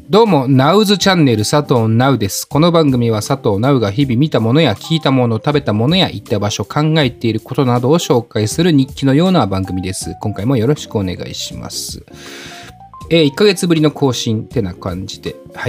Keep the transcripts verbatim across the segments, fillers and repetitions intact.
どうも、ナウズチャンネル佐藤ナウです。この番組は佐藤ナウが日々見たものや聞いたもの、食べたものや行った場所、考えていることなどを紹介する日記のような番組です。今回もよろしくお願いします。えー、いっかげつぶりの更新ってな感じで、はい。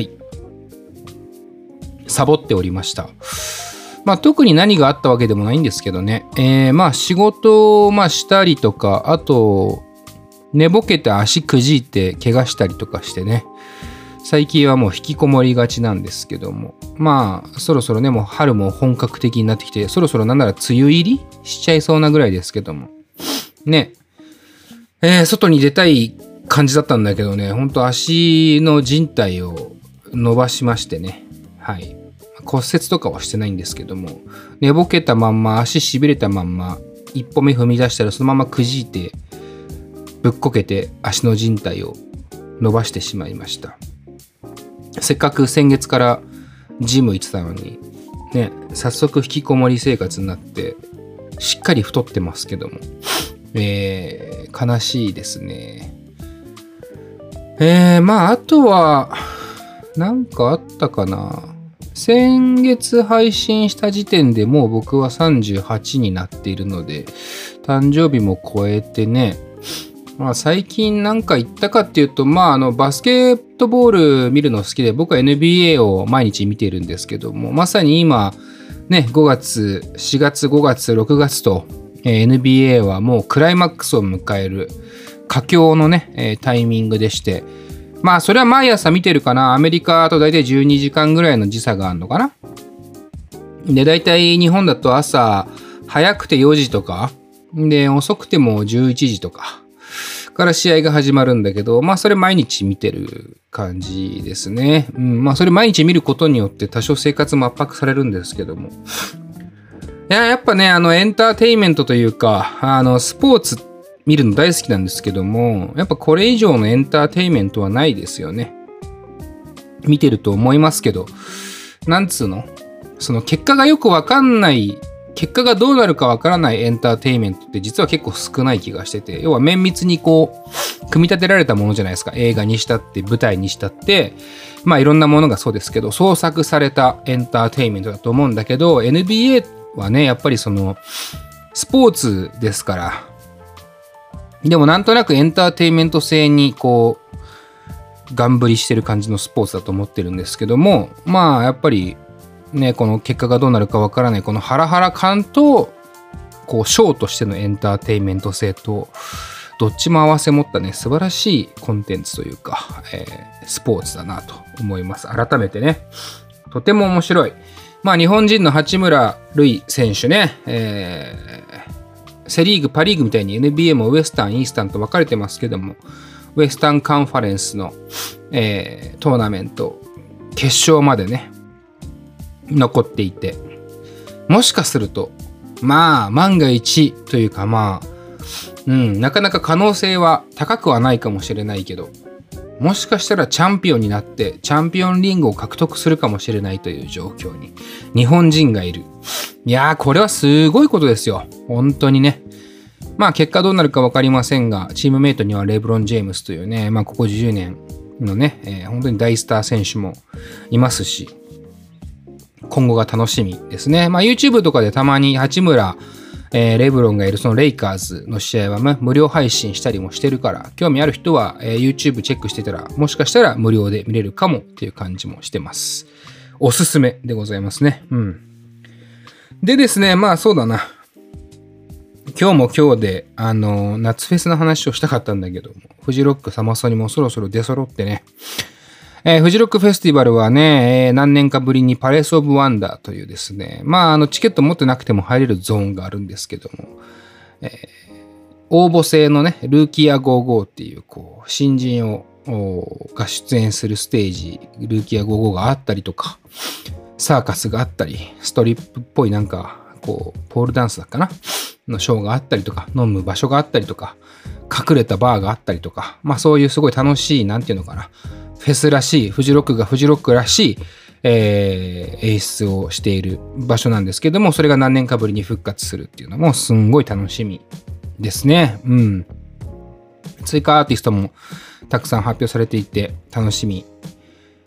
サボっておりました。まあ特に何があったわけでもないんですけどね。えー、まあ仕事をまあしたりとか、あと、寝ぼけて足くじいて怪我したりとかしてね。最近はもう引きこもりがちなんですけども。まあ、そろそろね、もう春も本格的になってきて、そろそろなんなら梅雨入りしちゃいそうなぐらいですけども。ね。えー、外に出たい感じだったんだけどね、ほんと足の靭帯を伸ばしましてね。はい。骨折とかはしてないんですけども、寝ぼけたまんま、足しびれたまんま、一歩目踏み出したらそのままくじいて、ぶっこけて足の靭帯を伸ばしてしまいました。せっかく先月からジム行ってたのに、ね、早速引きこもり生活になって、しっかり太ってますけども、えー、悲しいですね。えー、まあ、あとは、なんかあったかな。先月配信した時点でもう僕はさんじゅうはちになっているので、誕生日も超えてね、まあ最近なんか言ったかっていうと、まああのバスケットボール見るの好きで、僕は エヌビーエー を毎日見てるんですけども、まさに今ね、ごがつ、しがつ、ごがつ、ろくがつと、えー、エヌビーエー はもうクライマックスを迎える佳境のね、えー、タイミングでして、まあそれは毎朝見てるかな。アメリカと大体じゅうにじかんぐらいの時差があるのかな。で、大体日本だと朝早くてよじとか、で、遅くてもじゅういちじとかから試合が始まるんだけど、まあそれ毎日見てる感じですね。うん、まあそれ毎日見ることによって多少生活も圧迫されるんですけども。いや、やっぱね、あのエンターテインメントというか、あのスポーツって見るの大好きなんですけども、やっぱこれ以上のエンターテインメントはないですよね。見てると思いますけど、なんつうの？その結果がよくわかんない、結果がどうなるかわからないエンターテインメントって実は結構少ない気がしてて、要は綿密にこう、組み立てられたものじゃないですか。映画にしたって、舞台にしたって、まあいろんなものがそうですけど、創作されたエンターテインメントだと思うんだけど、エヌビーエー はね、やっぱりその、スポーツですから、でもなんとなくエンターテインメント性にこう、ガンぶりしてる感じのスポーツだと思ってるんですけども、まあやっぱりね、この結果がどうなるかわからないこのハラハラ感と、こうショーとしてのエンターテインメント性と、どっちも合わせ持ったね、素晴らしいコンテンツというか、えー、スポーツだなと思います。改めてね、とても面白い。まあ日本人の八村塁選手ね、えーセリーグ、パリーグみたいに エヌビーエー もウエスタン、イースタンと分かれてますけども、ウエスタンカンファレンスの、えー、トーナメント決勝までね、残っていて、もしかすると、まあ、万が一というかまあ、うん、なかなか可能性は高くはないかもしれないけど、もしかしたらチャンピオンになってチャンピオンリングを獲得するかもしれないという状況に日本人がいる。いやー、これはすごいことですよ。本当にね。まあ結果どうなるか分かりませんが、チームメイトにはレブロン・ジェームスというね、まあここじゅうねんのね、えー、本当に大スター選手もいますし、今後が楽しみですね。まあ YouTube とかでたまに八村、えー、レブロンがいるそのレイカーズの試合は、ま、無料配信したりもしてるから、興味ある人は、えー、YouTube チェックしてたら、もしかしたら無料で見れるかもっていう感じもしてます。おすすめでございますね。うん。でですね、まあそうだな。今日も今日で、あのー、夏フェスの話をしたかったんだけども、フジロックサマソニもそろそろ出揃ってね、えー、フジロックフェスティバルはね、えー、何年かぶりにパレスオブワンダーというですね、まああのチケット持ってなくても入れるゾーンがあるんですけども、えー、応募制のね、ルーキーアごじゅうごっていう、こう、新人を、が出演するステージ、ルーキーアごじゅうごがあったりとか、サーカスがあったり、ストリップっぽいなんか、こう、ポールダンスだっかなのショーがあったりとか、飲む場所があったりとか、隠れたバーがあったりとか、まあそういうすごい楽しい、なんていうのかな、フェスらしい、フジロックがフジロックらしい、えー、演出をしている場所なんですけども、それが何年かぶりに復活するっていうのもすんごい楽しみですね。うん。追加アーティストもたくさん発表されていて楽しみ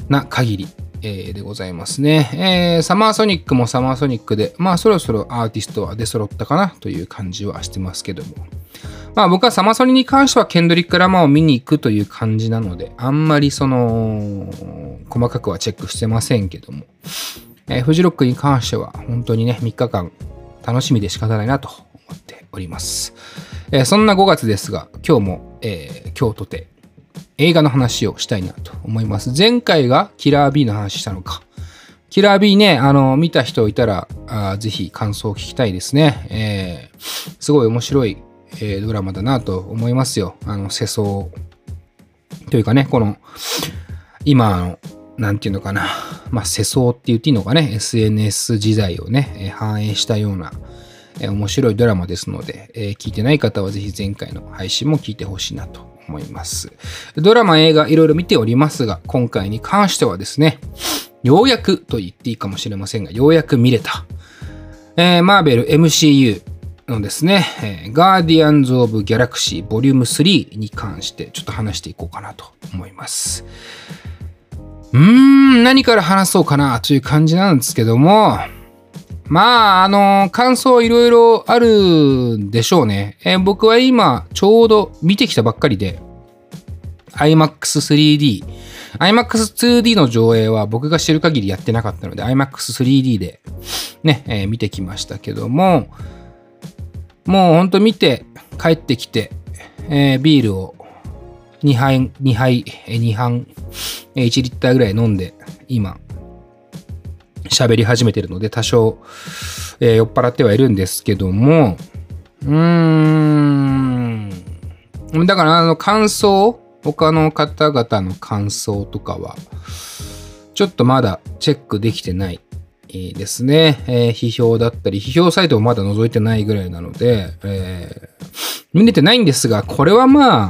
な限り、えー、でございますね、えー。サマーソニックもサマーソニックで、まあそろそろアーティストは出揃ったかなという感じはしてますけども。まあ僕はサマソニに関してはケンドリック・ラマーを見に行くという感じなので、あんまりその、細かくはチェックしてませんけども、えー、フジロックに関しては本当にね、みっかかん楽しみで仕方ないなと思っております。えー、そんなごがつですが、今日も、えー、今日とて映画の話をしたいなと思います。前回がキラー B の話したのか。キラー B ね、あの、見た人いたら、あぜひ感想を聞きたいですね。えー、すごい面白い、えー、ドラマだなと思いますよ。あの、世相というかね、この、今の、なんていうのかな。まあ、世相って言っていいのかね。エスエヌエス 時代をね、えー、反映したような、えー、面白いドラマですので、えー、聞いてない方はぜひ前回の配信も聞いてほしいなと思います。ドラマ、映画いろいろ見ておりますが、今回に関してはですね、ようやくと言っていいかもしれませんが、ようやく見れた。えー、マーベル エムシーユー のですね、えー、ガーディアンズ・オブ・ギャラクシーボリュームスリーに関してちょっと話していこうかなと思います。うーん、何から話そうかなという感じなんですけども、まあ、あの、感想いろいろあるんでしょうね。えー、僕は今、ちょうど見てきたばっかりで、アイマックススリーディー、アイマックスツーディー の上映は僕が知る限りやってなかったので、アイマックススリーディー でね、えー、見てきましたけども、もうほんと見て帰ってきて、えー、ビールをにはい、にはい、にはい、いちリッターぐらい飲んで、今、喋り始めてるので、多少、えー、酔っ払ってはいるんですけども、うーん、だからあの感想、他の方々の感想とかは、ちょっとまだチェックできてないですね。えー、批評だったり、批評サイトもまだ覗いてないぐらいなので、えー、見れてないんですが、これはま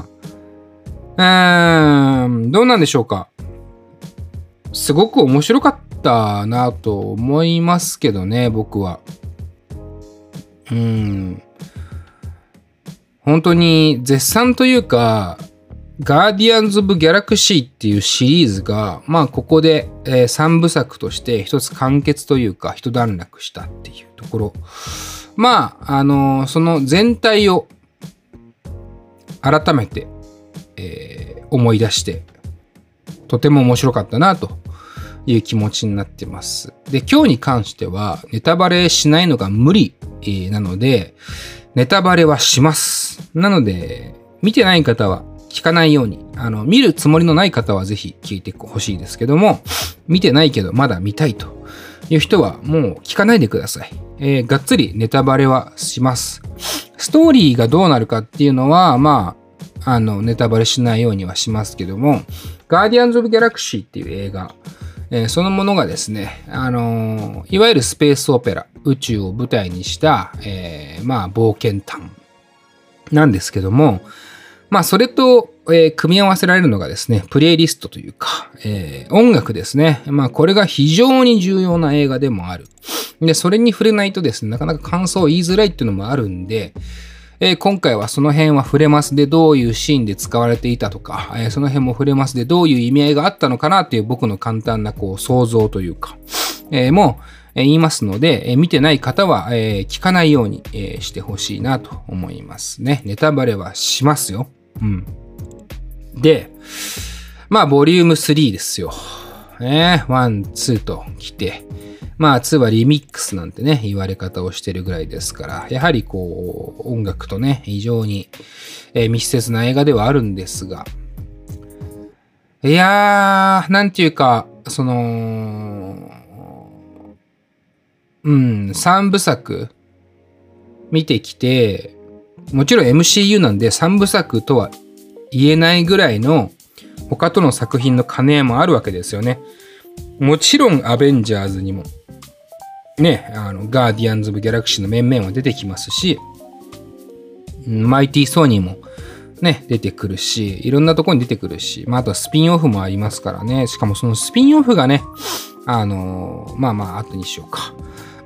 あ、うーん、どうなんでしょうか。すごく面白かったなと思いますけどね、僕は。うーん。本当に絶賛というか、ガーディアンズ・オブ・ギャラクシーっていうシリーズが、まあここで、えー、さんぶさくとして一つ完結というか一段落したっていうところ。まあ、あのー、その全体を改めて、えー、思い出して、とても面白かったなという気持ちになってます。で、今日に関してはネタバレしないのが無理、えー、なので、ネタバレはします。なので、見てない方は、聞かないように、あの、見るつもりのない方はぜひ聞いてほしいですけども、見てないけどまだ見たいという人はもう聞かないでください。えー、がっつりネタバレはします。ストーリーがどうなるかっていうのは、まあ、あの、ネタバレしないようにはしますけども、ガーディアンズ・オブ・ギャラクシーっていう映画、えー、そのものがですね、あのー、いわゆるスペースオペラ、宇宙を舞台にした、えー、まあ、冒険譚なんですけども、まあ、それと、えー、組み合わせられるのがですね、プレイリストというか、えー、音楽ですね。まあ、これが非常に重要な映画でもある。で、それに触れないとですね、なかなか感想を言いづらいっていうのもあるんで、えー、今回はその辺は触れますで、どういうシーンで使われていたとか、えー、その辺も触れますで、どういう意味合いがあったのかなっていう僕の簡単なこう想像というか、えー、もう、言いますので、えー、見てない方は、えー、聞かないように、えー、してほしいなと思いますね。ネタバレはしますよ。うん。で、まあ、ボリュームスリーですよ。ね、ワン、ツーと来て、まあ、ツーはリミックスなんてね、言われ方をしてるぐらいですから、やはりこう、音楽とね、非常に、えー、密接な映画ではあるんですが、いやー、なんていうか、その、うん、三部作見てきて、もちろん エムシーユー なんで三部作とは言えないぐらいの他との作品の兼ね合いもあるわけですよね。もちろんアベンジャーズにもね、あのガーディアンズ・オブ・ギャラクシーの面々は出てきますし、マイティー・ソーニーもね、出てくるし、いろんなところに出てくるし、まあ、あとはスピンオフもありますからね。しかもそのスピンオフがね、あのー、まあまあ後にしようか。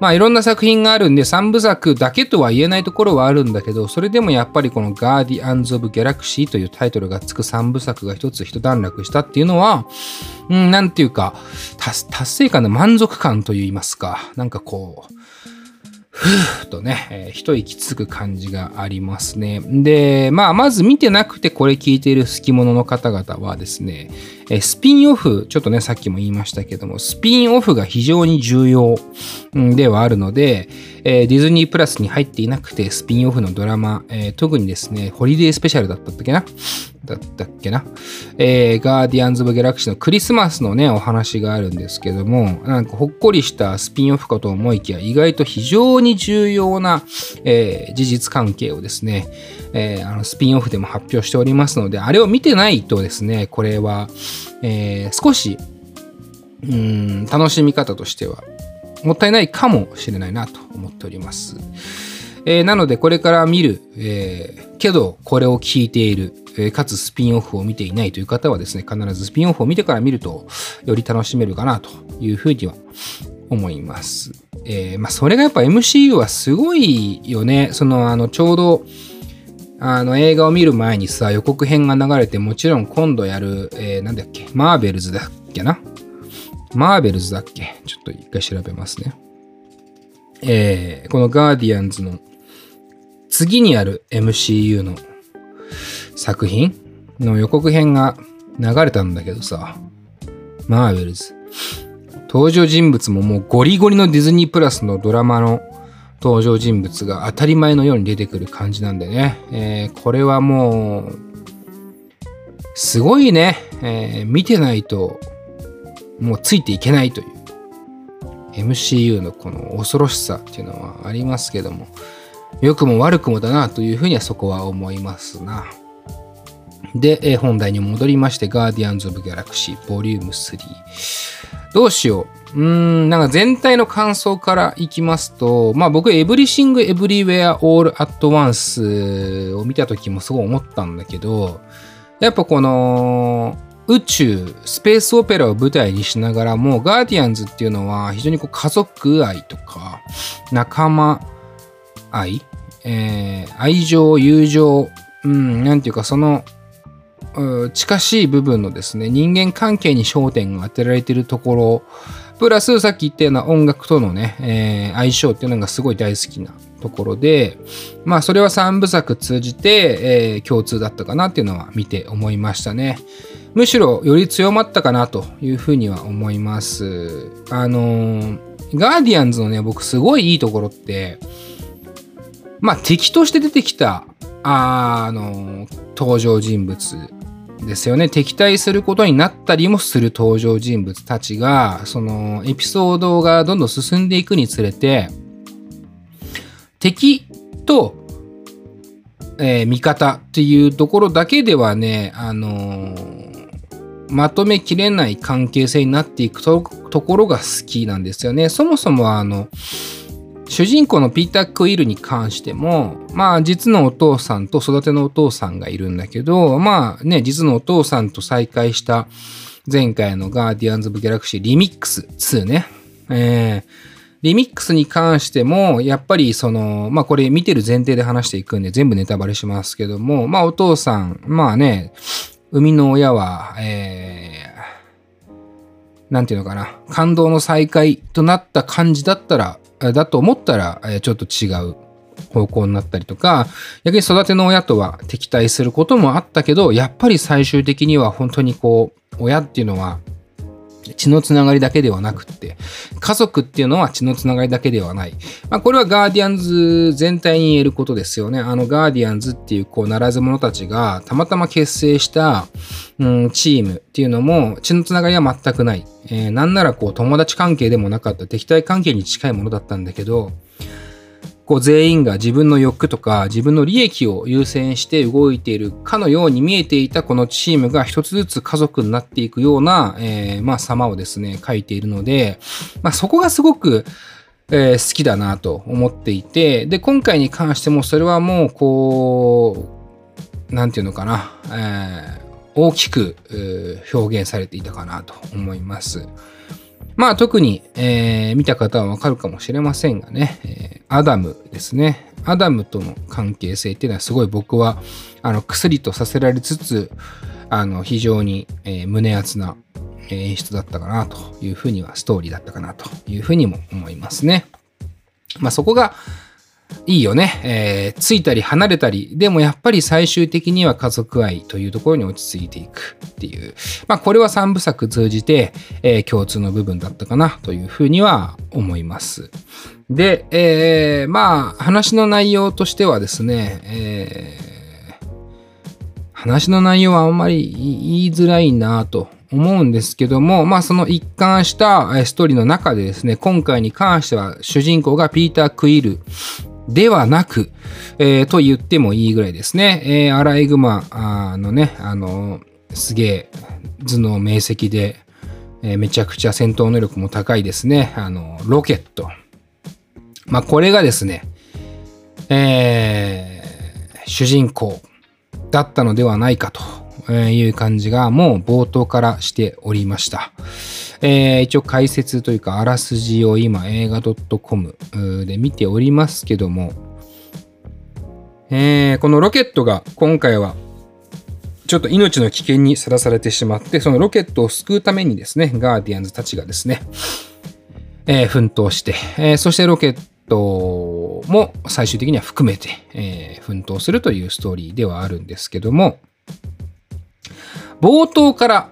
まあいろんな作品があるんでさんぶさくだけとは言えないところはあるんだけど、それでもやっぱりこのガーディアンズ・オブ・ギャラクシーというタイトルがつくさんぶさくが一つ一段落したっていうのは、うん、なんていうか、達成感の満足感といいますか、なんかこう、ふーっとね、えー、一息つく感じがありますね。で、まあ、まず見てなくてこれ聞いている好き者の方々はですね、えー、スピンオフ、ちょっとね、さっきも言いましたけども、スピンオフが非常に重要ではあるので、えー、ディズニープラスに入っていなくて、スピンオフのドラマ、えー、特にですね、ホリデースペシャルだったっけなだったっけな、えー、ガーディアンズ・オブ・ギャラクシーのクリスマスのね、お話があるんですけども、なんかほっこりしたスピンオフかと思いきや、意外と非常に重要な、えー、事実関係をですね、えー、あのスピンオフでも発表しておりますので、あれを見てないとですね、これは、えー、少し、うーん、楽しみ方としては、もったいないかもしれないなと思っております。えー、なのでこれから見る、えー、けどこれを聞いている、えー、かつスピンオフを見ていないという方はですね、必ずスピンオフを見てから見るとより楽しめるかなというふうには思います。えー、まあそれがやっぱ エムシーユー はすごいよね。そのあのちょうどあの映画を見る前にさ、予告編が流れて、もちろん今度やる、えー、なんだっけ、マーベルズだっけな。マーベルズだっけ、ちょっと一回調べますね。えー、このガーディアンズの次にある エムシーユー の作品の予告編が流れたんだけどさ、マーベルズ。登場人物ももうゴリゴリのディズニープラスのドラマの登場人物が当たり前のように出てくる感じなんでね。えー、これはもう、すごいね、えー、見てないともうついていけないという エムシーユー のこの恐ろしさっていうのはありますけども、良くも悪くもだなというふうにはそこは思いますな。で、えー、本題に戻りまして、ガーディアンズ・オブ・ギャラクシーボリュームスリー。どうしよう。うーん、なんか全体の感想からいきますと、まあ僕、エブリシング・エブリウェア・オール・アット・ワンスを見た時もすごい思ったんだけど、やっぱこの宇宙、スペースオペラを舞台にしながらも、ガーディアンズっていうのは非常にこう家族愛とか、仲間愛、えー、愛情、友情、うん、なんていうかその、近しい部分のですね、人間関係に焦点が当てられているところ、プラスさっき言ったような音楽とのね、えー、相性っていうのがすごい大好きなところで、まあそれはさんぶさく通じて、えー、共通だったかなっていうのは見て思いましたね。むしろより強まったかなというふうには思います。あのー、ガーディアンズのね、僕すごいいいところって、まあ敵として出てきた、あ、あのー、登場人物ですよね。敵対することになったりもする登場人物たちが、そのエピソードがどんどん進んでいくにつれて、敵と、えー、味方っていうところだけではね、あのー、まとめきれない関係性になっていく と, ところが好きなんですよね。そもそもあの、主人公のピーター・クイルに関しても、まあ実のお父さんと育てのお父さんがいるんだけど、まあね、実のお父さんと再会した前回のガーディアンズ・オブ・ギャラクシーリミックスツーね。えー、リミックスに関しても、やっぱりその、まあこれ見てる前提で話していくんで全部ネタバレしますけども、まあお父さん、まあね、生みの親は、えー、なんていうのかな、感動の再会となった感じだったら、だと思ったら、ちょっと違う方向になったりとか、逆に育ての親とは敵対することもあったけど、やっぱり最終的には本当にこう、親っていうのは血のつながりだけではなくって、家族っていうのは血のつながりだけではない。まあこれはガーディアンズ全体に言えることですよね。あのガーディアンズっていうこうならず者たちがたまたま結成した、うん、チームっていうのも血のつながりは全くない。えー、なんならこう友達関係でもなかった敵対関係に近いものだったんだけど、こう全員が自分の欲とか自分の利益を優先して動いているかのように見えていたこのチームが一つずつ家族になっていくような、えー、まあ様をですね描いているので、まあそこがすごく、えー、好きだなと思っていて、で今回に関してもそれはもうこうなんていうのかな、えー、大きく表現されていたかなと思います。 まあ特に、えー見た方はわかるかもしれませんがね、えーアダムですね。アダムとの関係性っていうのはすごい僕はあの薬とさせられつつ、あの非常に、えー胸熱な演出だったかなというふうには、ストーリーだったかなというふうにも思いますね。まあそこがいいよね。えー、ついたり離れたり、でもやっぱり最終的には家族愛というところに落ち着いていくっていう。まあこれはさんぶさく通じて、えー、共通の部分だったかなというふうには思います。で、えー、まあ話の内容としてはですね、えー、話の内容はあんまり言いづらいなと思うんですけども、まあその一貫したストーリーの中でですね、今回に関しては主人公がピーター・クイルではなく、えー、と言ってもいいぐらいですね。えー、アライグマのね、あの、すげえ頭脳明晰で、えー、めちゃくちゃ戦闘能力も高いですね。あの、ロケット。まあ、これがですね、えー、主人公だったのではないかという感じがもう冒頭からしておりました。えー、一応解説というかあらすじを今映画 .com で見ておりますけども、えー、このロケットが今回はちょっと命の危険にさらされてしまって、そのロケットを救うためにですね、ガーディアンズたちがですね、えー、奮闘して、えー、そしてロケットも最終的には含めて、えー、奮闘するというストーリーではあるんですけども、冒頭から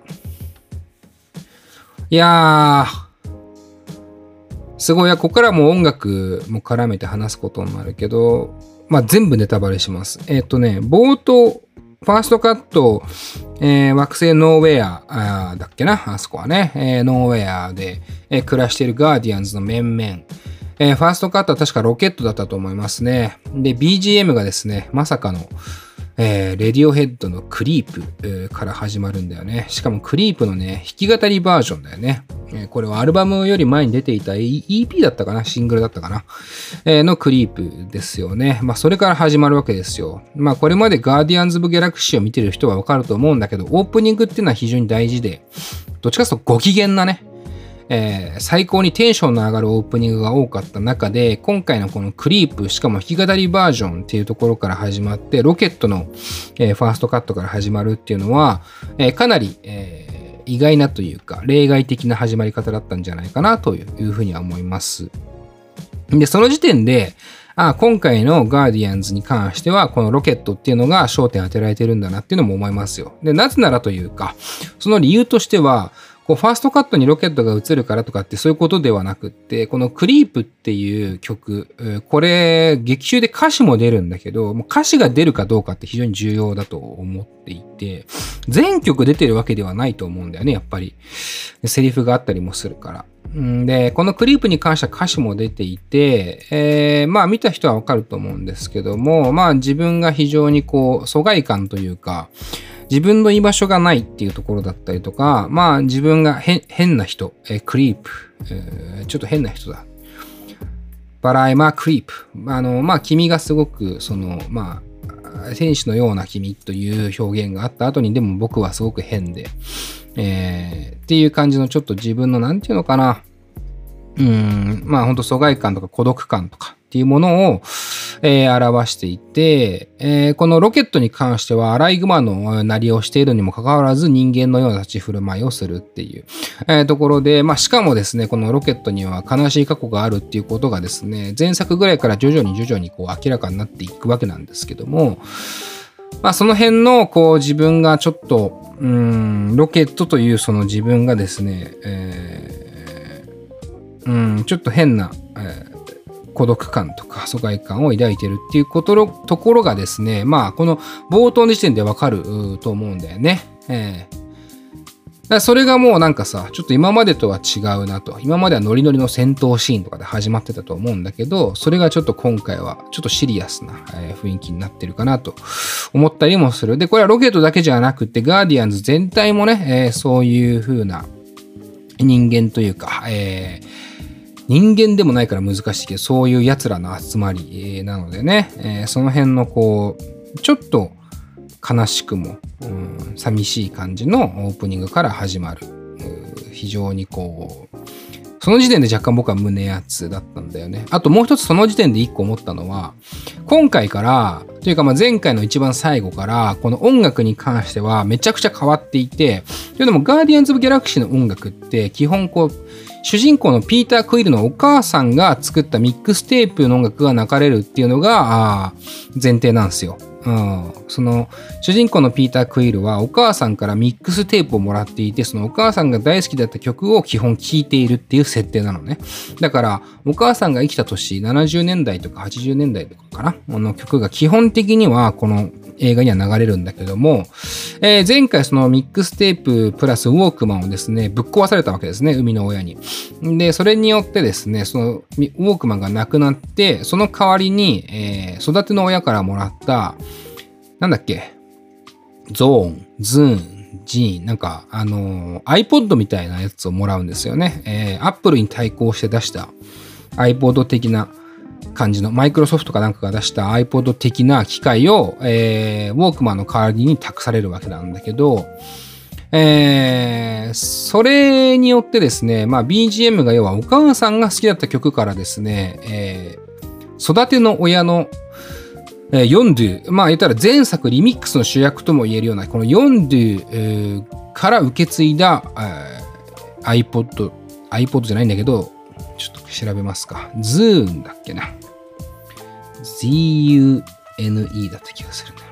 いやー、すごい、ここからも音楽も絡めて話すことになるけど、まあ、全部ネタバレします。えっとね、冒頭、ファーストカット、えー、惑星ノーウェアだっけな、あそこはね、えー、ノーウェアで、えー、暮らしているガーディアンズの面々。えー、ファーストカットは確かロケットだったと思いますね。で、ビージーエム がですね、まさかの、えー、レディオヘッドのクリープ、えー、から始まるんだよね。しかもクリープのね、弾き語りバージョンだよね。えー、これはアルバムより前に出ていた イーピー だったかな、シングルだったかな、えー、のクリープですよね。まあそれから始まるわけですよ。まあこれまでガーディアンズ・オブ・ギャラクシーを見てる人はわかると思うんだけど、オープニングっていうのは非常に大事で、どっちかというとご機嫌なね、えー、最高にテンションの上がるオープニングが多かった中で、今回のこのクリープ、しかも弾き語りバージョンっていうところから始まって、ロケットの、えー、ファーストカットから始まるっていうのは、えー、かなり、えー、意外なというか、例外的な始まり方だったんじゃないかなというふうには思います。で、その時点で、あ、今回のガーディアンズに関しては、このロケットっていうのが焦点当てられてるんだなっていうのも思いますよ。で、なぜならというか、その理由としては、こうファーストカットにロケットが映るからとかってそういうことではなくって、このクリープっていう曲、これ劇中で歌詞も出るんだけど、もう歌詞が出るかどうかって非常に重要だと思っていて、全曲出てるわけではないと思うんだよね、やっぱり。セリフがあったりもするから。で、このクリープに関しては歌詞も出ていて、えー、まあ見た人はわかると思うんですけども、まあ自分が非常にこう疎外感というか、自分の居場所がないっていうところだったりとか、まあ自分が変な人、えー、クリープ、えー、ちょっと変な人だ。But I'm a creep。あの、まあ君がすごく、その、まあ、天使のような君という表現があった後に、でも僕はすごく変で、えー、っていう感じのちょっと自分のなんていうのかな。うーん、まあ本当疎外感とか孤独感とかっていうものを、えー、表していて、えー、このロケットに関してはアライグマのなりをしているにもかかわらず人間のような立ち振る舞いをするっていう、えー、ところで、まあしかもですね、このロケットには悲しい過去があるっていうことがですね、前作ぐらいから徐々に徐々にこう明らかになっていくわけなんですけども、まあその辺のこう自分がちょっと、うーん、ロケットというその自分がですね、えー、うん、ちょっと変な、えー孤独感とか疎外感を抱いてるっていうことのところがですね、まあこの冒頭の時点でわかると思うんだよね。えー、だからそれがもうなんかさ、ちょっと今までとは違うなと。今まではノリノリの戦闘シーンとかで始まってたと思うんだけど、それがちょっと今回はちょっとシリアスな雰囲気になってるかなと思ったりもする。で、これはロケットだけじゃなくて、ガーディアンズ全体もね、えー、そういう風な人間というか、えー人間でもないから難しいけど、そういう奴らの集まりなのでね、えー、その辺のこう、ちょっと悲しくも、うん、寂しい感じのオープニングから始まる。非常にこう、 その時点で若干僕は胸熱だったんだよね。あともう一つその時点で一個思ったのは、今回から、というかまあ前回の一番最後から、この音楽に関してはめちゃくちゃ変わっていて、というのもガーディアンズ・オブ・ギャラクシーの音楽って基本こう、主人公のピーター・クイルのお母さんが作ったミックステープの音楽が流れるっていうのが、あ前提なんですよ。うん、その主人公のピーター・クイルはお母さんからミックステープをもらっていて、そのお母さんが大好きだった曲を基本聴いているっていう設定なのね。だからお母さんが生きた年ななじゅうねんだいとかはちじゅうねんだいとかかな、あの曲が基本的にはこの映画には流れるんだけども、えー、前回そのミックステーププラスウォークマンをですねぶっ壊されたわけですね、生みの親に。でそれによってですね、そのウォークマンがなくなって、その代わりに、えー、育ての親からもらったなんだっけ、ゾーン、ズーン、ジーン、なんか、あのー、iPod みたいなやつをもらうんですよね。えー、Apple に対抗して出した iPod 的な感じの、マイクロソフトかなんかが出した iPod 的な機械を、えー、ウォークマンの代わりに託されるわけなんだけど、えー、それによってですね、まあ ビージーエム が要はお母さんが好きだった曲からですね、えー、育ての親のえー、ヨンドゥ、まあ言ったら前作リミックスの主役とも言えるようなこのヨンドゥ、えー、から受け継いだ、えー、iPod、iPod じゃないんだけど、ちょっと調べますか。ズーンだっけな。ズーン だった気がするね。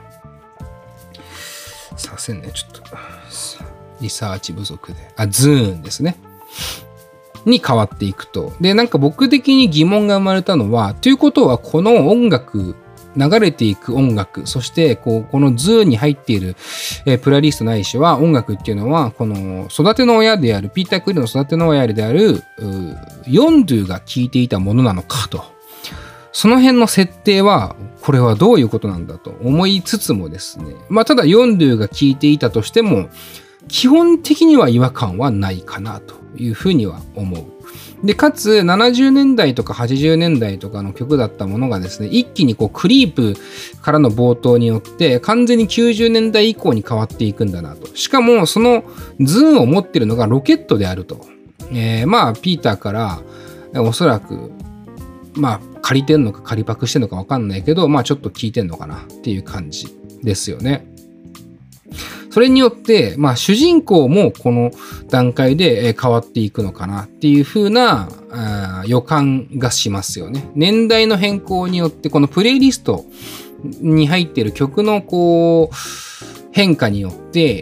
させんね、ちょっと。リサーチ不足で。あ、ズーンですね。に変わっていくと。で、なんか僕的に疑問が生まれたのは、ということはこの音楽、流れていく音楽、そしてこうこのズーンに入っている、えー、プライリストないしは音楽っていうのはこの育ての親であるピーター・クイルの育ての親であるヨンドゥが聴いていたものなのかと、その辺の設定はこれはどういうことなんだと思いつつもですね、まあただヨンドゥが聴いていたとしても基本的には違和感はないかなというふうには思う。で、かつ、ななじゅうねんだいとかはちじゅうねんだいとかの曲だったものがですね、一気にこう、クリープからの冒頭によって、完全にきゅうじゅうねんだい以降に変わっていくんだなと。しかも、そのズーンを持ってるのがロケットであると。えー、まあ、ピーターから、おそらく、まあ、借りてんのか借りパクしてんのかわかんないけど、まあ、ちょっと聞いてんのかなっていう感じですよね。それによって、まあ主人公もこの段階で変わっていくのかなっていう風な予感がしますよね。年代の変更によってこのプレイリストに入っている曲のこう変化によって、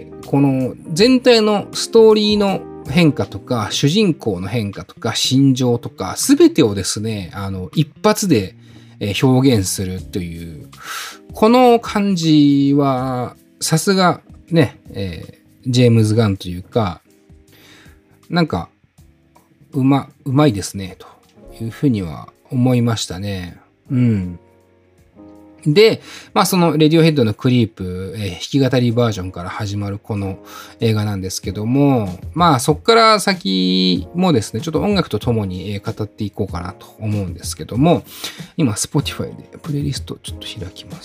この全体のストーリーの変化とか主人公の変化とか心情とか全てをですね、あの一発で表現するというこの感じはさすがね、えー、ジェームズ・ガンというか、なんか、うま、うまいですね、というふうには思いましたね。うん。で、まあそのレディオヘッドのクリープ、えー、弾き語りバージョンから始まるこの映画なんですけども、まあそっから先もですね、ちょっと音楽とともに語っていこうかなと思うんですけども、今 Spotify でプレイリストちょっと開きます。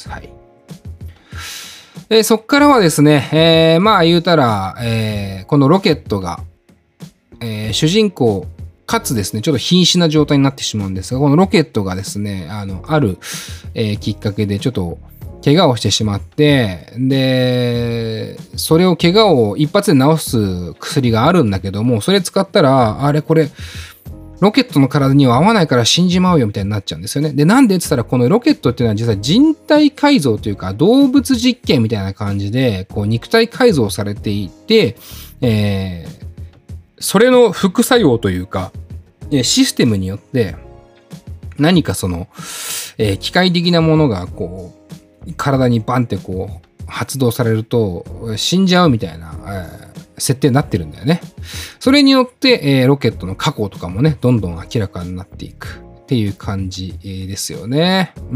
はい。えー、そっからはですね、えー、まあ言うたら、えー、このロケットが、えー、主人公かつですね、ちょっと瀕死な状態になってしまうんですが、このロケットがですね、あの、ある、えー、きっかけでちょっと怪我をしてしまって、で、それを怪我を一発で治す薬があるんだけども、それ使ったら、あれこれ、ロケットの体には合わないから死んじまうよみたいになっちゃうんですよね。で、なんでって言ったら、このロケットっていうのは実は人体改造というか動物実験みたいな感じで、こう肉体改造されていて、えー、それの副作用というか、システムによって何かその、えー、機械的なものがこう、体にバンってこう発動されると死んじゃうみたいな、えー設定になってるんだよね。それによって、えー、ロケットの過去とかもね、どんどん明らかになっていくっていう感じですよね。うん。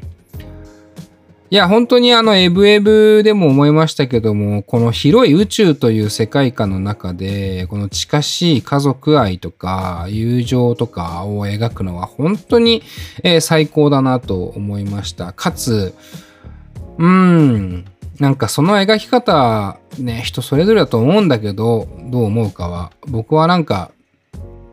いや、本当にあの、エブエブでも思いましたけども、この広い宇宙という世界観の中で、この近しい家族愛とか友情とかを描くのは本当に、えー、最高だなと思いました。かつ、うーん。なんかその描き方ね、人それぞれだと思うんだけど、どう思うかは。僕はなんか、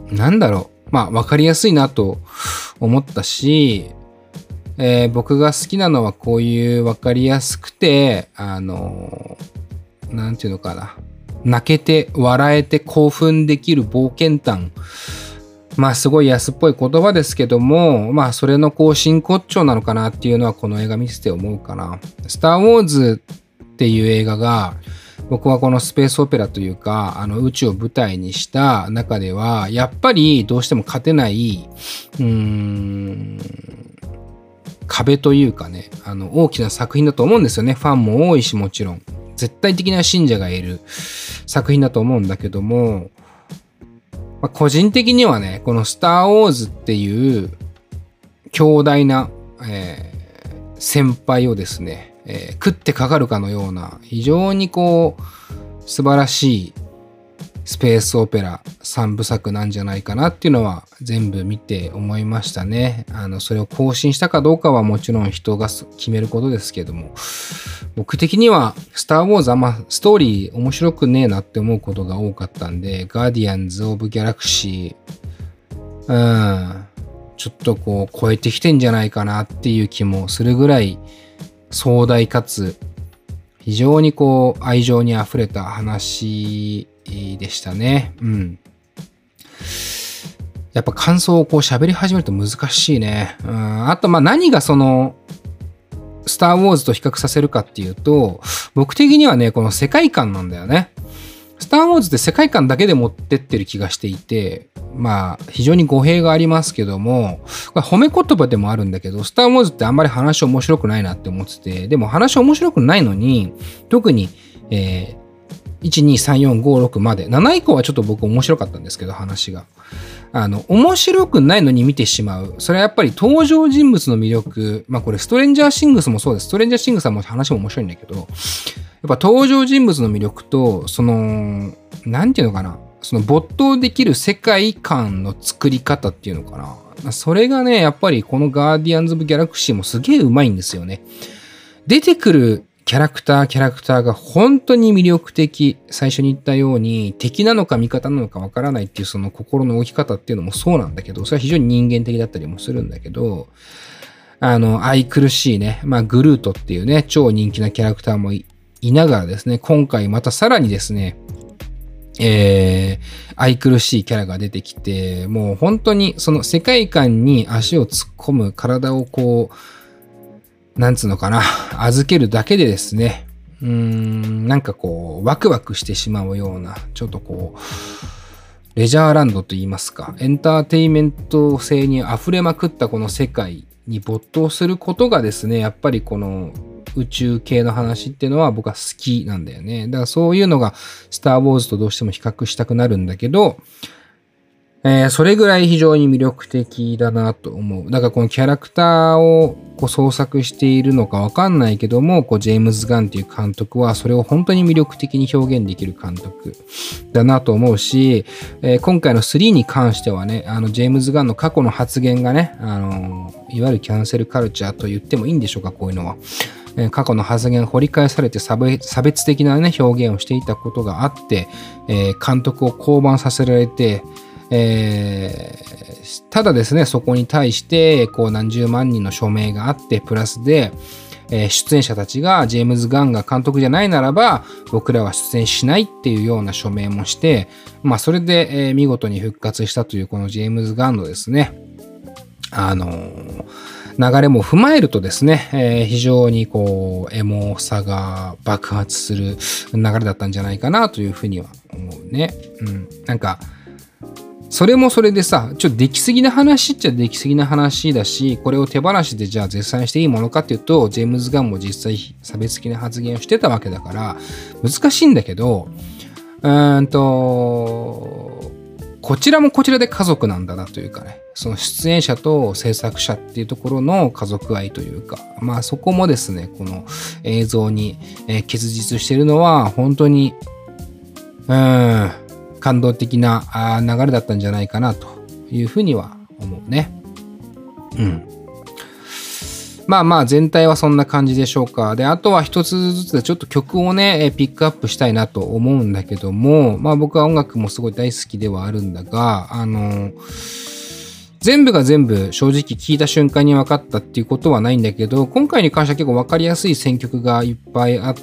なんだろう。まあ、わかりやすいなと思ったし、えー、僕が好きなのはこういうわかりやすくて、あのー、なんていうのかな。泣けて、笑えて、興奮できる冒険譚。まあ、すごい安っぽい言葉ですけども、まあ、それのこう、真骨頂なのかなっていうのはこの映画見てて思うかな。スター・ウォーズっていう映画が、僕はこのスペースオペラというか、あの宇宙を舞台にした中では、やっぱりどうしても勝てない、うーん、壁というかね、あの大きな作品だと思うんですよね。ファンも多いし、もちろん。絶対的な信者がいる作品だと思うんだけども、まあ、個人的にはね、このスター・ウォーズっていう強大な、えー、先輩をですね、えー、食ってかかるかのような非常にこう素晴らしいスペースオペラ三部作なんじゃないかなっていうのは全部見て思いましたね。あのそれを更新したかどうかはもちろん人が決めることですけども、僕的にはスター・ウォーズあんまストーリー面白くねえなって思うことが多かったんで、ガーディアンズ・オブ・ギャラクシー、うんちょっとこう超えてきてんじゃないかなっていう気もするぐらい壮大かつ非常にこう愛情にあふれた話でしたね。うん。やっぱ感想をこう喋り始めると難しいね。うん。あとまあ何がそのスター・ウォーズと比較させるかっていうと、僕的にはねこの世界観なんだよね。スター・ウォーズって世界観だけで持ってってる気がしていて、まあ非常に語弊がありますけども、これ褒め言葉でもあるんだけど、スター・ウォーズってあんまり話面白くないなって思ってて、でも話面白くないのに、特に、えー、いち、に、さん、よん、ご、ろくまで、なな以降はちょっと僕面白かったんですけど、話が。あの、面白くないのに見てしまう。それはやっぱり登場人物の魅力、まあこれストレンジャーシングスもそうです。ストレンジャーシングスはもう話も面白いんだけど、やっぱ登場人物の魅力と、その、なんていうのかな。その没頭できる世界観の作り方っていうのかな。それがね、やっぱりこのガーディアンズ・オブ・ギャラクシーもすげえうまいんですよね。出てくるキャラクター、キャラクターが本当に魅力的。最初に言ったように、敵なのか味方なのかわからないっていうその心の置き方っていうのもそうなんだけど、それは非常に人間的だったりもするんだけど、あの、愛くるしいね、まあグルートっていうね、超人気なキャラクターも い, いながらですね、今回またさらにですね、えー、愛くるしいキャラが出てきて、もう本当にその世界観に足を突っ込む、体をこう、なんつうのかな、預けるだけでですね、うーん、なんかこう、ワクワクしてしまうような、ちょっとこう、レジャーランドと言いますか、エンターテインメント性に溢れまくったこの世界に没頭することがですね、やっぱりこの、宇宙系の話っていうのは僕は好きなんだよね。だからそういうのがスター・ウォーズとどうしても比較したくなるんだけど、えー、それぐらい非常に魅力的だなと思う。だからこのキャラクターをこう創作しているのかわかんないけども、こうジェームズ・ガンっていう監督はそれを本当に魅力的に表現できる監督だなと思うし、えー、今回のスリーに関してはね、あのジェームズ・ガンの過去の発言がね、あのー、いわゆるキャンセルカルチャーと言ってもいいんでしょうか、こういうのは。過去の発言が掘り返されて差別的な、ね、表現をしていたことがあって、えー、監督を降板させられて、えー、ただですね、そこに対してこう何十万人の署名があって、プラスで、えー、出演者たちがジェームズ・ガンが監督じゃないならば僕らは出演しないっていうような署名もして、まあ、それで、えー、見事に復活したというこのジェームズ・ガンのですね、あのー流れも踏まえるとですね、えー、非常にこうエモさが爆発する流れだったんじゃないかなというふうには思うね。うん、なんかそれもそれでさ、ちょっと出来すぎな話っちゃ出来すぎな話だし、これを手放しでじゃあ絶賛していいものかっていうと、ジェームズ・ガンも実際差別的な発言をしてたわけだから難しいんだけど、うーんとこちらもこちらで家族なんだなというかね、その出演者と制作者っていうところの家族愛というか、まあそこもですね、この映像に、えー、結実しているのは本当にうーん感動的な流れだったんじゃないかなというふうには思うね。うん。 まあまあ全体はそんな感じでしょうか。で、あとは一つずつでちょっと曲をね、ピックアップしたいなと思うんだけども、まあ僕は音楽もすごい大好きではあるんだが、あの、全部が全部正直聞いた瞬間に分かったっていうことはないんだけど、今回に関しては結構分かりやすい選曲がいっぱいあって、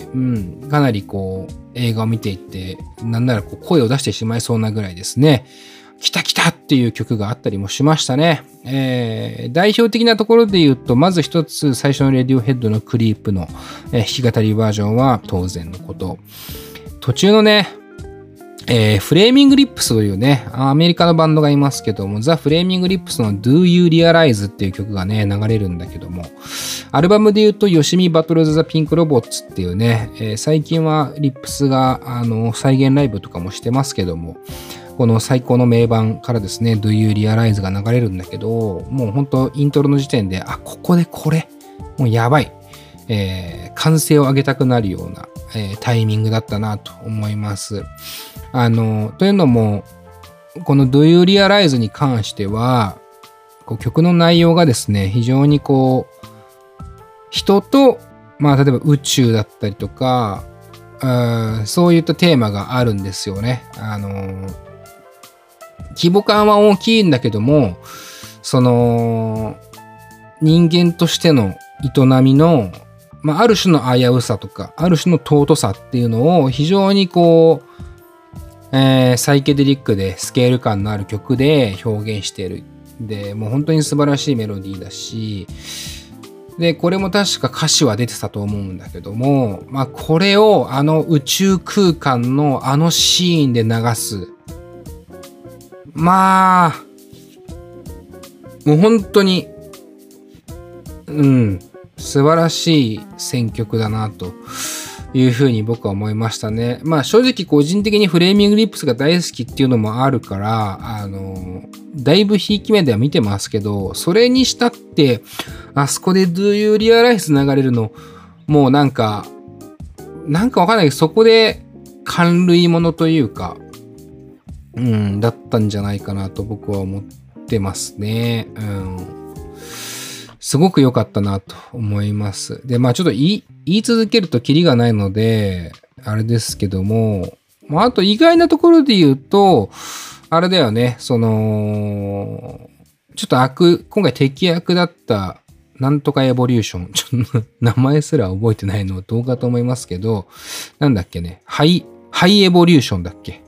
うん、かなりこう映画を見ていて、なんならこう声を出してしまいそうなぐらいですね。来た来たっていう曲があったりもしましたね。えー、代表的なところで言うと、まず一つ最初のレディオヘッドのクリープの、えー、弾き語りバージョンは当然のこと。途中のね、えー、フレーミングリップスというね、アメリカのバンドがいますけども、ザ・フレーミングリップスの Do You Realize っていう曲がね、流れるんだけども、アルバムで言うと、ヨシミバトルズ・ザ・ピンク・ロボッツっていうね、えー、最近はリップスが、あの、再現ライブとかもしてますけども、この最高の名盤からですね、Do You Realize が流れるんだけど、もうほんとイントロの時点で、あ、ここでこれ、もうやばい。えー、歓声を上げたくなるような、えー、タイミングだったなと思います。あの、というのも、この Do You Realize に関しては、こう曲の内容がですね、非常にこう、人と、まあ例えば宇宙だったりとか、うんそういったテーマがあるんですよね。あの、規模感は大きいんだけども、その、人間としての営みの、まあ、ある種の危うさとか、ある種の尊さっていうのを非常にこう、えー、サイケデリックでスケール感のある曲で表現している。で、もう本当に素晴らしいメロディーだし、で、これも確か歌詞は出てたと思うんだけども、まあ、これをあの宇宙空間のあのシーンで流す。まあ、もう本当に、うん、素晴らしい選曲だなというふうに僕は思いましたね。まあ正直個人的にフレーミングリップスが大好きっていうのもあるから、あの、だいぶひいき目では見てますけど、それにしたって、あそこで Do You Realize 流れるの、もうなんか、なんかわかんないけど、そこで感類ものというか、うん、だったんじゃないかなと僕は思ってますね。うん。すごく良かったなと思います。で、まあちょっと言い、言い続けるとキリがないので、あれですけども、まああと意外なところで言うと、あれだよね、その、ちょっと悪、今回敵役だった、なんとかエボリューション。ちょっと名前すら覚えてないのどうかと思いますけど、なんだっけね、ハイ、ハイエボリューションだっけ。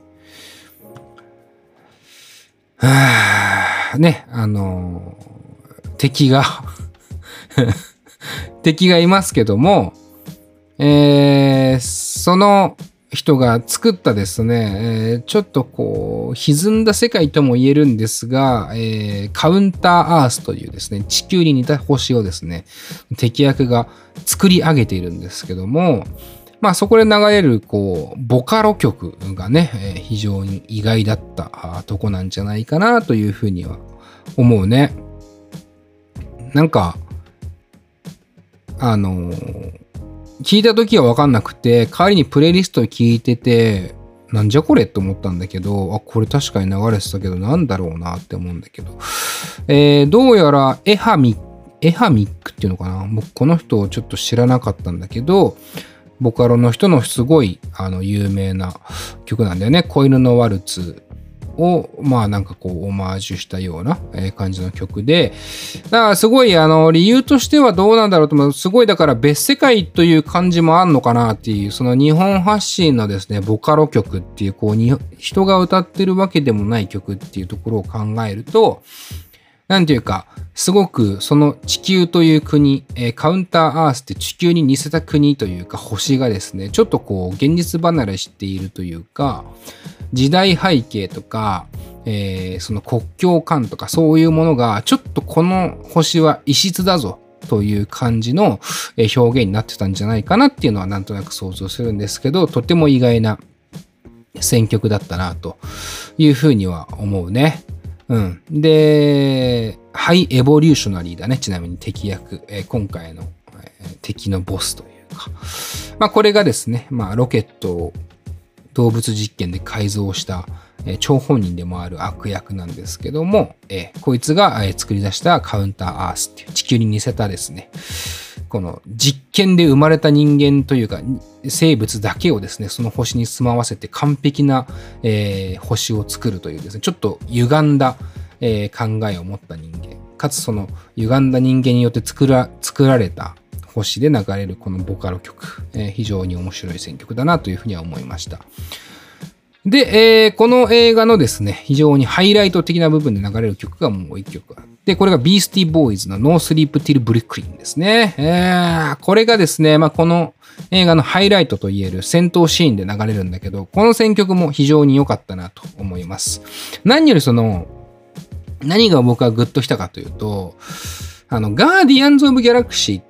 はぁ、ね、あの、敵が敵がいますけども、えー、その人が作ったですね、えー、ちょっとこう歪んだ世界とも言えるんですが、えー、カウンターアースというですね、地球に似た星をですね、敵役が作り上げているんですけども、まあそこで流れるこうボカロ曲がね、えー、非常に意外だったとこなんじゃないかなというふうには思うね。なんかあのー、聞いた時は分かんなくて、代わりにプレイリストを聞いてて、なんじゃこれって思ったんだけど、あ、これ確かに流れてたけど、なんだろうなって思うんだけど、えー、どうやらエハミ、エハミックっていうのかな、僕この人をちょっと知らなかったんだけど、ボカロの人のすごいあの有名な曲なんだよね。子犬のワルツをまあなんかこうオマージュしたような感じの曲で、だからすごいあの理由としてはどうなんだろうと思う。すごいだから別世界という感じもあんのかなっていう、その日本発信のですねボカロ曲っていうこうに人が歌ってるわけでもない曲っていうところを考えると、なんていうかすごくその地球という国、えー、カウンターアースって地球に似せた国というか星がですねちょっとこう現実離れしているというか、時代背景とか、えー、その国境感とかそういうものがちょっとこの星は異質だぞという感じの表現になってたんじゃないかなっていうのはなんとなく想像するんですけど、とても意外な選曲だったなというふうには思うね。うん。で、ハイエボリューショナリーだね。ちなみに敵役、えー、今回の、えー、敵のボスというか。まあこれがですね、まあロケットを動物実験で改造した、 えー、張本人でもある悪役なんですけども、えー、こいつが、えー、作り出したカウンターアースっていう地球に似せたですね、この実験で生まれた人間というか生物だけをですね、その星に住まわせて完璧な、えー、星を作るというですね、ちょっと歪んだ、えー、考えを持った人間、かつその歪んだ人間によって作ら、作られた星で流れるこのボカロ曲、えー、非常に面白い選曲だなというふうには思いました。で、えー、この映画のですね、非常にハイライト的な部分で流れる曲がもう一曲あって、これがビースティーボーイズの No Sleep Till Brooklyn ですね。えー、これがですね、まあ、この映画のハイライトといえる戦闘シーンで流れるんだけど、この選曲も非常に良かったなと思います。何よりその、何が僕はグッときたかというと、あの、ガーディアンズ・オブ・ギャラクシーって、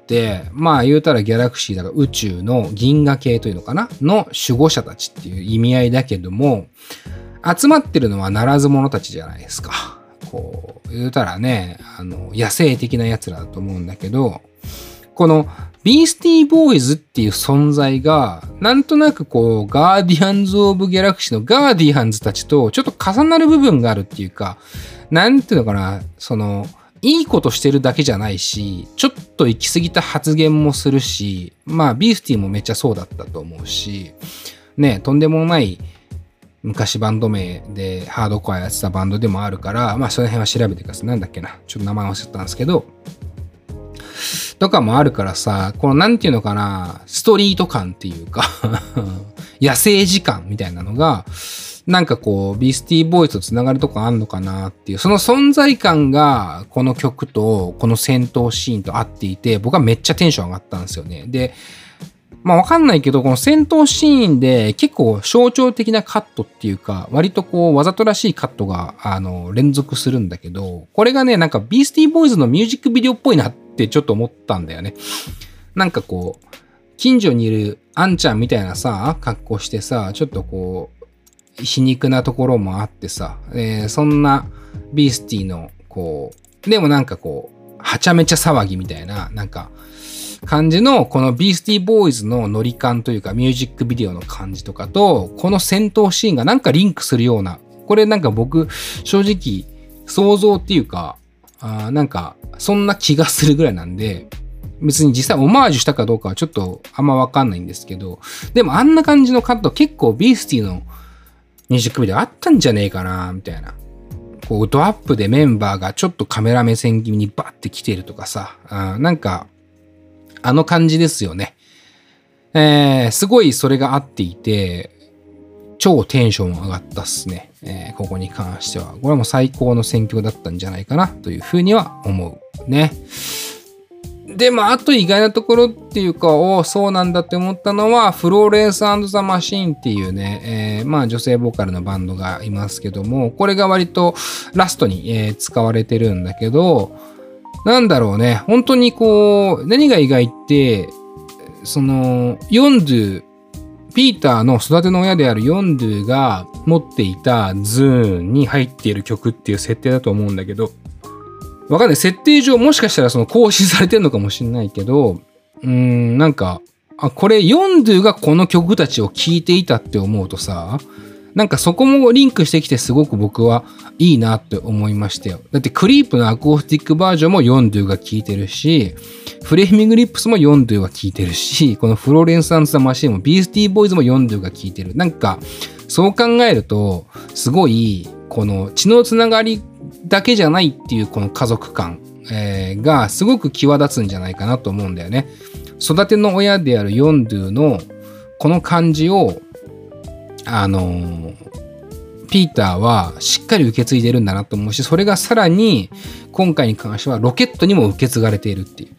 まあ言うたらギャラクシーだから宇宙の銀河系というのかなの守護者たちっていう意味合いだけども、集まってるのはならず者たちじゃないですか。こう、言うたらね、あの、野生的な奴らだと思うんだけど、このビースティーボーイズっていう存在が、なんとなくこう、ガーディアンズ・オブ・ギャラクシーのガーディアンズたちとちょっと重なる部分があるっていうか、なんていうのかな、その、いいことしてるだけじゃないし、ちょっと行き過ぎた発言もするし、まあ、ビースティーもめっちゃそうだったと思うし、ね、とんでもない昔バンド名でハードコアやってたバンドでもあるから、まあ、その辺は調べてください。なんだっけな。ちょっと名前忘れたんですけど、とかもあるからさ、このなんていうのかな、ストリート感っていうか、野生時間みたいなのが、なんかこう、ビースティーボーイズとつながるとこあんのかなっていう、その存在感が、この曲と、この戦闘シーンと合っていて、僕はめっちゃテンション上がったんですよね。で、まあわかんないけど、この戦闘シーンで結構象徴的なカットっていうか、割とこう、わざとらしいカットが、あの、連続するんだけど、これがね、なんかビースティーボーイズのミュージックビデオっぽいなってちょっと思ったんだよね。なんかこう、近所にいるあんちゃんみたいなさ、格好してさ、ちょっとこう、皮肉なところもあってさ、えー、そんなビースティのこう、でもなんかこう、はちゃめちゃ騒ぎみたいな、なんか感じのこのビースティーボーイズのノリ感というかミュージックビデオの感じとかと、この戦闘シーンがなんかリンクするような、これなんか僕正直想像っていうか、あなんかそんな気がするぐらいなんで、別に実際オマージュしたかどうかはちょっとあんまわかんないんですけど、でもあんな感じのカット結構ビースティのミュージックビデオあったんじゃねえかなみたいな。こうドアップでメンバーがちょっとカメラ目線気味にバッて来てるとかさ、あなんかあの感じですよね。えー、すごいそれが合っていて超テンション上がったっすね、えー。ここに関してはこれはもう最高の選曲だったんじゃないかなというふうには思うね。でもあと意外なところっていうか、おそうなんだって思ったのはフローレンス&ザ・マシーンっていうね、えー、まあ女性ボーカルのバンドがいますけども、これが割とラストに、えー、使われてるんだけど、なんだろうね、本当にこう何が意外ってそのヨンドゥピーターの育ての親であるヨンドゥが持っていたズーンに入っている曲っていう設定だと思うんだけど、わかんない。設定上もしかしたらその更新されてるのかもしれないけど、うーん、なんか、あ、これヨンドゥがこの曲たちを聴いていたって思うとさ、なんかそこもリンクしてきてすごく僕はいいなって思いましたよ。だってクリープのアコースティックバージョンもヨンドゥが聴いてるし、フレーミングリップスもヨンドゥは聴いてるし、このフローレンス&ザ・マシーンもビースティーボーイズもヨンドゥが聴いてる。なんか、そう考えると、すごい、この血のつながりだけじゃないっていうこの家族感、えー、がすごく際立つんじゃないかなと思うんだよね。育ての親であるヨンドゥのこの感じをあのー、ピーターはしっかり受け継いでるんだなと思うし、それがさらに今回に関してはロケットにも受け継がれているっていう。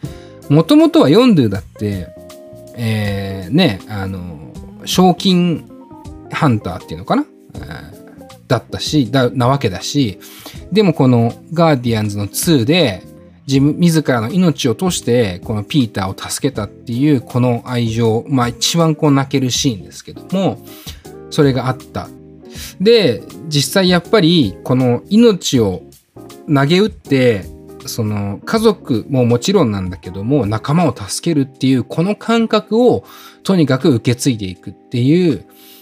もともとはヨンドゥだって、えー、ね、あのー、賞金ハンターっていうのかな、えーだったし、だ、なわけだし、でもこのガーディアンズのツーで自分、自らの命を賭してこのピーターを助けたっていうこの愛情、まあ一番こう泣けるシーンですけども、それがあった。で、実際やっぱりこの命を投げ打って、その家族ももちろんなんだけども仲間を助けるっていうこの感覚をとにかく受け継いでいくっていう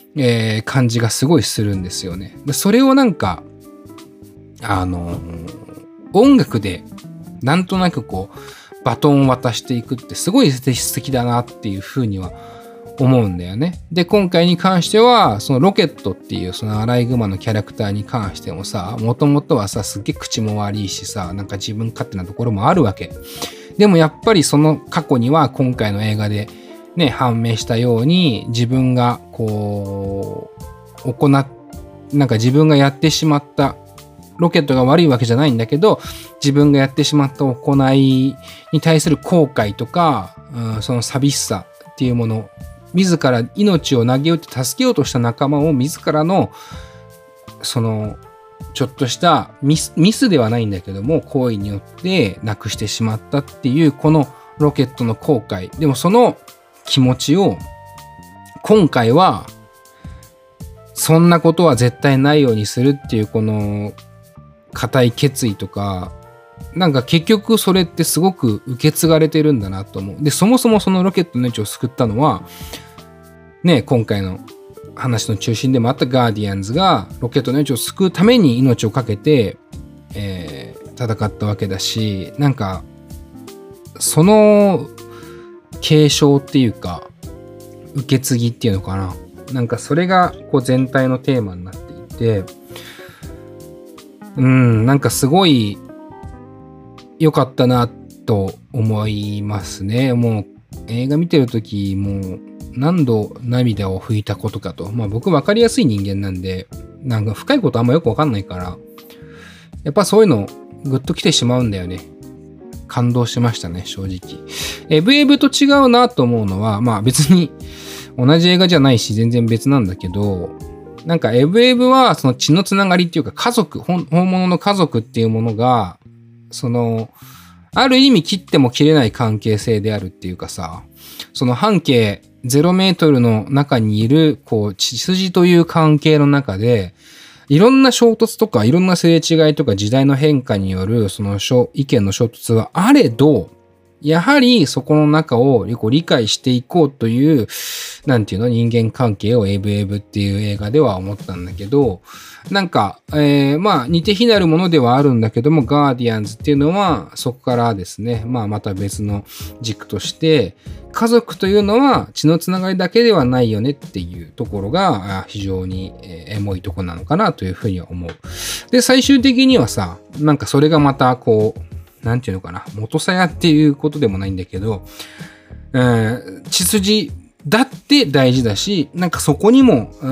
えー、感じがすごいするんですよね。それをなんか、あの、音楽でなんとなくこう、バトンを渡していくってすごい素敵だなっていうふうには思うんだよね。で、今回に関しては、そのロケットっていうそのアライグマのキャラクターに関してもさ、もともとはさ、すっげえ口も悪いしさ、なんか自分勝手なところもあるわけ。でもやっぱりその過去には今回の映画でね、判明したように自分がこう、行っ、なんか自分がやってしまった、ロケットが悪いわけじゃないんだけど、自分がやってしまった行いに対する後悔とか、うん、その寂しさっていうもの、自ら命を投げ打って助けようとした仲間を自らのそのちょっとしたミス、ミスではないんだけども行為によってなくしてしまったっていうこのロケットの後悔。でもその気持ちを今回はそんなことは絶対ないようにするっていうこの固い決意とか、なんか結局それってすごく受け継がれてるんだなと思う。で、そもそもそのロケットの命を救ったのは、ね、今回の話の中心でもあったガーディアンズがロケットの命を救うために命を懸けて、えー、戦ったわけだし、なんか、その継承っていうか、受け継ぎっていうのかな。なんかそれがこう全体のテーマになっていて、うん、なんかすごい、良かったなと思いますね。もう映画見てるときもう何度涙を拭いたことかと。まあ僕分かりやすい人間なんで、なんか深いことあんまよく分かんないから、やっぱそういうのグッと来てしまうんだよね。感動しましたね、正直。エブエブと違うなと思うのは、まあ別に同じ映画じゃないし全然別なんだけど、なんかエブエブはその血のつながりっていうか家族、本物の家族っていうものが、その、ある意味切っても切れない関係性であるっていうかさ、その半径ゼロメートルの中にいる、こう、血筋という関係の中で、いろんな衝突とか、いろんなすれ違いとか時代の変化による、その意見の衝突はあれど、やはりそこの中を理解していこうという、なんていうの、人間関係をエブエブっていう映画では思ったんだけど、なんか、えー、まあ似て非なるものではあるんだけども、ガーディアンズっていうのはそこからですね、まあまた別の軸として、家族というのは血のつながりだけではないよねっていうところが非常にエモいところなのかなというふうには思う。で、最終的にはさ、なんかそれがまたこう、なんていうのかな、元さやっていうことでもないんだけど、えー、血筋だって大事だし、なんかそこにも、うん、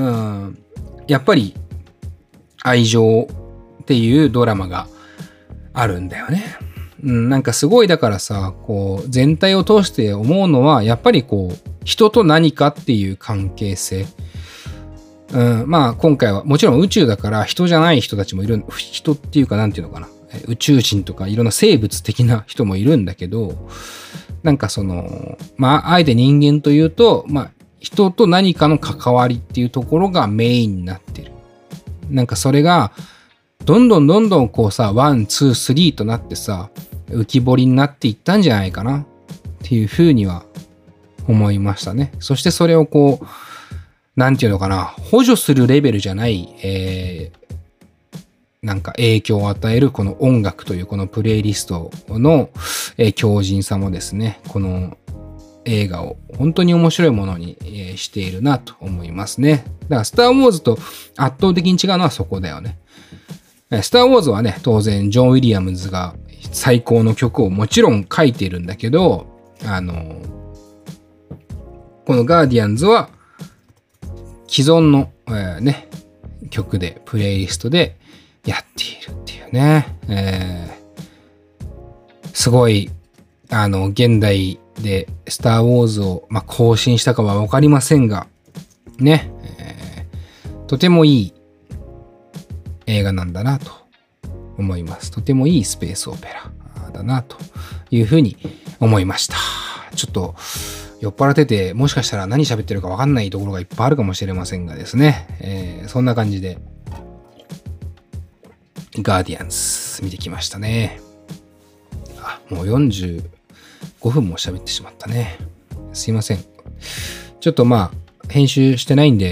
やっぱり愛情っていうドラマがあるんだよね。うん、なんかすごいだからさ、こう全体を通して思うのは、やっぱりこう人と何かっていう関係性。うん、まあ今回はもちろん宇宙だから人じゃない人たちもいる、人っていうかなんていうのかな。宇宙人とかいろんな生物的な人もいるんだけど、なんかその、まあ、あえて人間というと、まあ、人と何かの関わりっていうところがメインになってる。なんかそれが、どんどんどんどんこうさ、ワン、ツー、スリーとなってさ、浮き彫りになっていったんじゃないかなっていうふうには思いましたね。そしてそれをこう、なんていうのかな、補助するレベルじゃない、えー、なんか影響を与えるこの音楽というこのプレイリストの、えー、強靭さもですね、この映画を本当に面白いものに、えー、しているなと思いますね。だからスター・ウォーズと圧倒的に違うのはそこだよね。スター・ウォーズはね、当然ジョン・ウィリアムズが最高の曲をもちろん書いているんだけど、あの、このガーディアンズは既存の、えー、ね、曲で、プレイリストでやっているっていうね。えー、すごい、あの、現代でスター・ウォーズを、まあ、更新したかはわかりませんが、ね、えー、とてもいい映画なんだなと思います。とてもいいスペースオペラだなというふうに思いました。ちょっと酔っ払ってて、もしかしたら何喋ってるかわかんないところがいっぱいあるかもしれませんがですね、えー、そんな感じでガーディアンズ見てきましたね。あ、もうよんじゅうごふんも喋ってしまったね。すいません。ちょっとまあ編集してないんで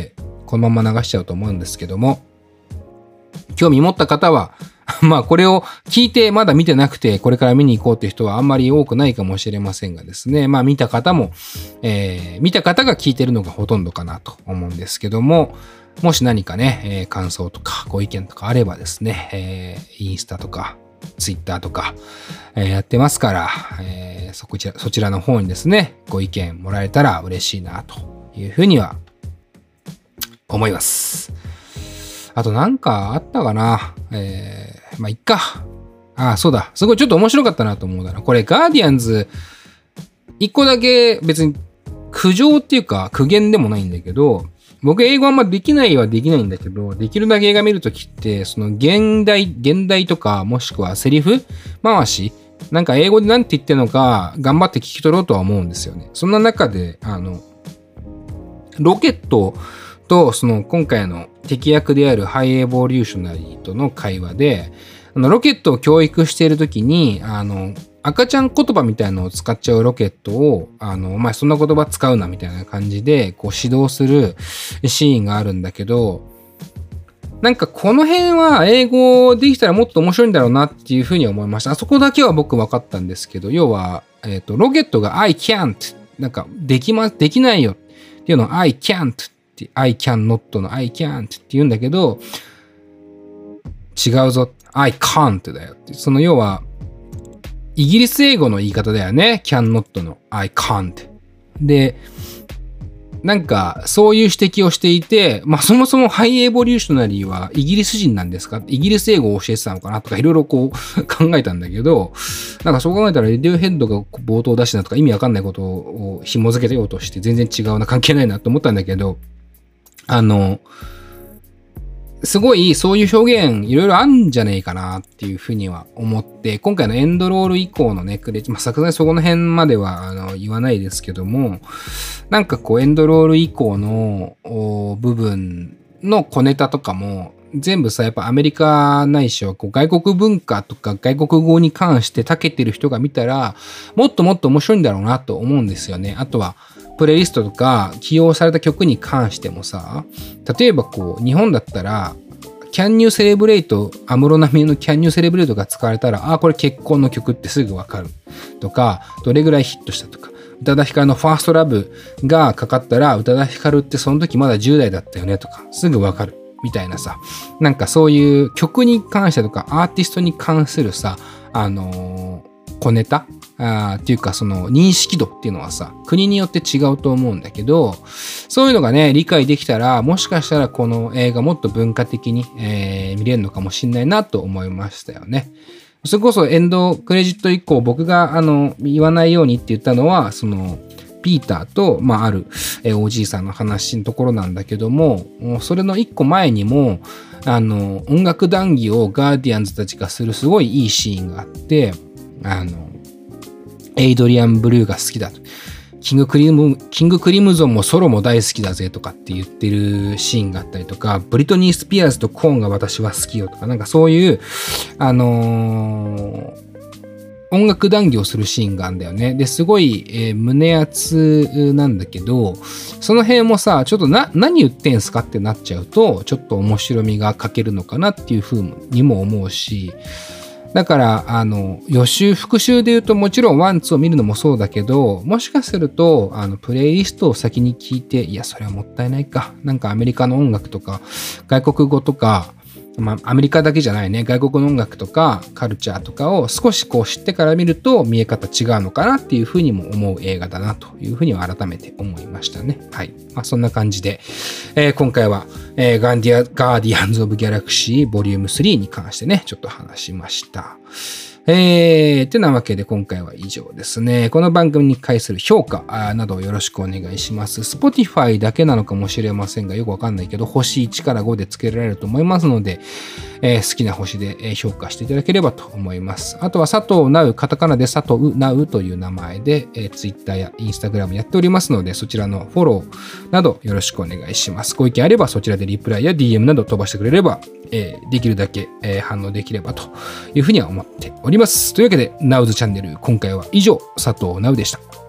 このまま流しちゃうと思うんですけども、興味持った方は、まあこれを聞いてまだ見てなくて、これから見に行こうっていう人はあんまり多くないかもしれませんがですね、まあ見た方も、えー、見た方が聞いてるのがほとんどかなと思うんですけども、もし何かね、えー、感想とかご意見とかあればですね、えー、インスタとかツイッターとか、えー、やってますから、えー、そこちら、そちらの方にですね、ご意見もらえたら嬉しいなというふうには思います。あとなんかあったかな、えー、まあいっか。ああ、そうだ。すごいちょっと面白かったなと思うなら、これガーディアンズ一個だけ別に苦情っていうか苦言でもないんだけど、僕英語あんまできないはできないんだけど、できるだけ映画見るときって、その現代、現代とかもしくはセリフ回し、なんか英語で何て言ってるのか頑張って聞き取ろうとは思うんですよね。そんな中で、あの、ロケットとその今回の敵役であるハイエボリューショナリーとの会話で、あのロケットを教育しているときに、あの、赤ちゃん言葉みたいなのを使っちゃうロケットを、あの、お前そんな言葉使うなみたいな感じで、こう指導するシーンがあるんだけど、なんかこの辺は英語できたらもっと面白いんだろうなっていうふうに思いました。あそこだけは僕分かったんですけど、要は、えっと、ロケットが I can't、なんかできま、できないよっていうのを I can't って、I can not の I can't って言うんだけど、違うぞ、I can't だよって。その要は、イギリス英語の言い方だよね。can not の I can't。で、なんかそういう指摘をしていて、まあそもそもハイエボリューショナリーはイギリス人なんですか？イギリス英語を教えてたのかなとかいろいろこう考えたんだけど、なんかそう考えたらレディオヘッドが冒頭出したとか意味わかんないことを紐付けてようとして全然違うな、関係ないなと思ったんだけど、あの、すごいそういう表現いろいろあるんじゃねえかなっていうふうには思って、今回のエンドロール以降のね、クレジット、まあ、さすがにそこの辺まではあの言わないですけども、なんかこうエンドロール以降の部分の小ネタとかも全部さ、やっぱアメリカないしはこう外国文化とか外国語に関して長けてる人が見たら、もっともっと面白いんだろうなと思うんですよね。あとは、プレイリストとか起用された曲に関してもさ、例えばこう日本だったら Can You Celebrate 安室奈美恵の Can You Celebrate が使われたら、あ、これ結婚の曲ってすぐわかるとか、どれぐらいヒットしたとか、宇多田ヒカルのファーストラブがかかったら宇多田ヒカルってその時まだじゅう代だったよねとかすぐわかるみたいなさ、なんかそういう曲に関してとかアーティストに関するさ、あのー小ネタあっていうかその認識度っていうのはさ、国によって違うと思うんだけど、そういうのがね理解できたら、もしかしたらこの映画もっと文化的に、えー、見れるのかもしれないなと思いましたよね。それこそエンドクレジット以降僕があの言わないようにって言ったのは、そのピーターと、まあ、ある、えー、おじいさんの話のところなんだけども、それの一個前にもあの音楽談義をガーディアンズたちがするすごいいいシーンがあって、あのエイドリアン・ブルーが好きだと、キングクリムキングクリムゾンもソロも大好きだぜとかって言ってるシーンがあったりとか、ブリトニー・スピアーズとコーンが私は好きよとか、なんかそういうあのー、音楽談義をするシーンがあるんだよね。ですごい、えー、胸熱なんだけど、その辺もさ、ちょっとな何言ってんすかってなっちゃうと、ちょっと面白みが欠けるのかなっていうふうにも思うし、だから、あの、予習、復習で言うともちろんワン、ツーを見るのもそうだけど、もしかすると、あの、プレイリストを先に聞いて、いや、それはもったいないか。なんかアメリカの音楽とか、外国語とか、まあ、アメリカだけじゃないね、外国の音楽とか、カルチャーとかを少しこう知ってから見ると、見え方違うのかなっていうふうにも思う映画だなというふうには改めて思いましたね。はい。まあ、そんな感じで、えー、今回は、えー、ガンディア、ガーディアンズ・オブ・ギャラクシーボリュームスリーに関してね、ちょっと話しました。えー、てなわけで今回は以上ですね。この番組に対する評価などよろしくお願いします。Spotify だけなのかもしれませんが、よくわかんないけど、星いちからごでつけられると思いますので、えー、好きな星で評価していただければと思います。あとは佐藤直、カタカナで佐藤直という名前で、えー、Twitter や Instagram やっておりますので、そちらのフォローなどよろしくお願いします。ご意見あればそちらでリプライや ディーエム など飛ばしてくれれば、えー、できるだけ、えー、反応できればというふうには思っております。というわけで、ナウズチャンネル、今回は以上、佐藤直でした。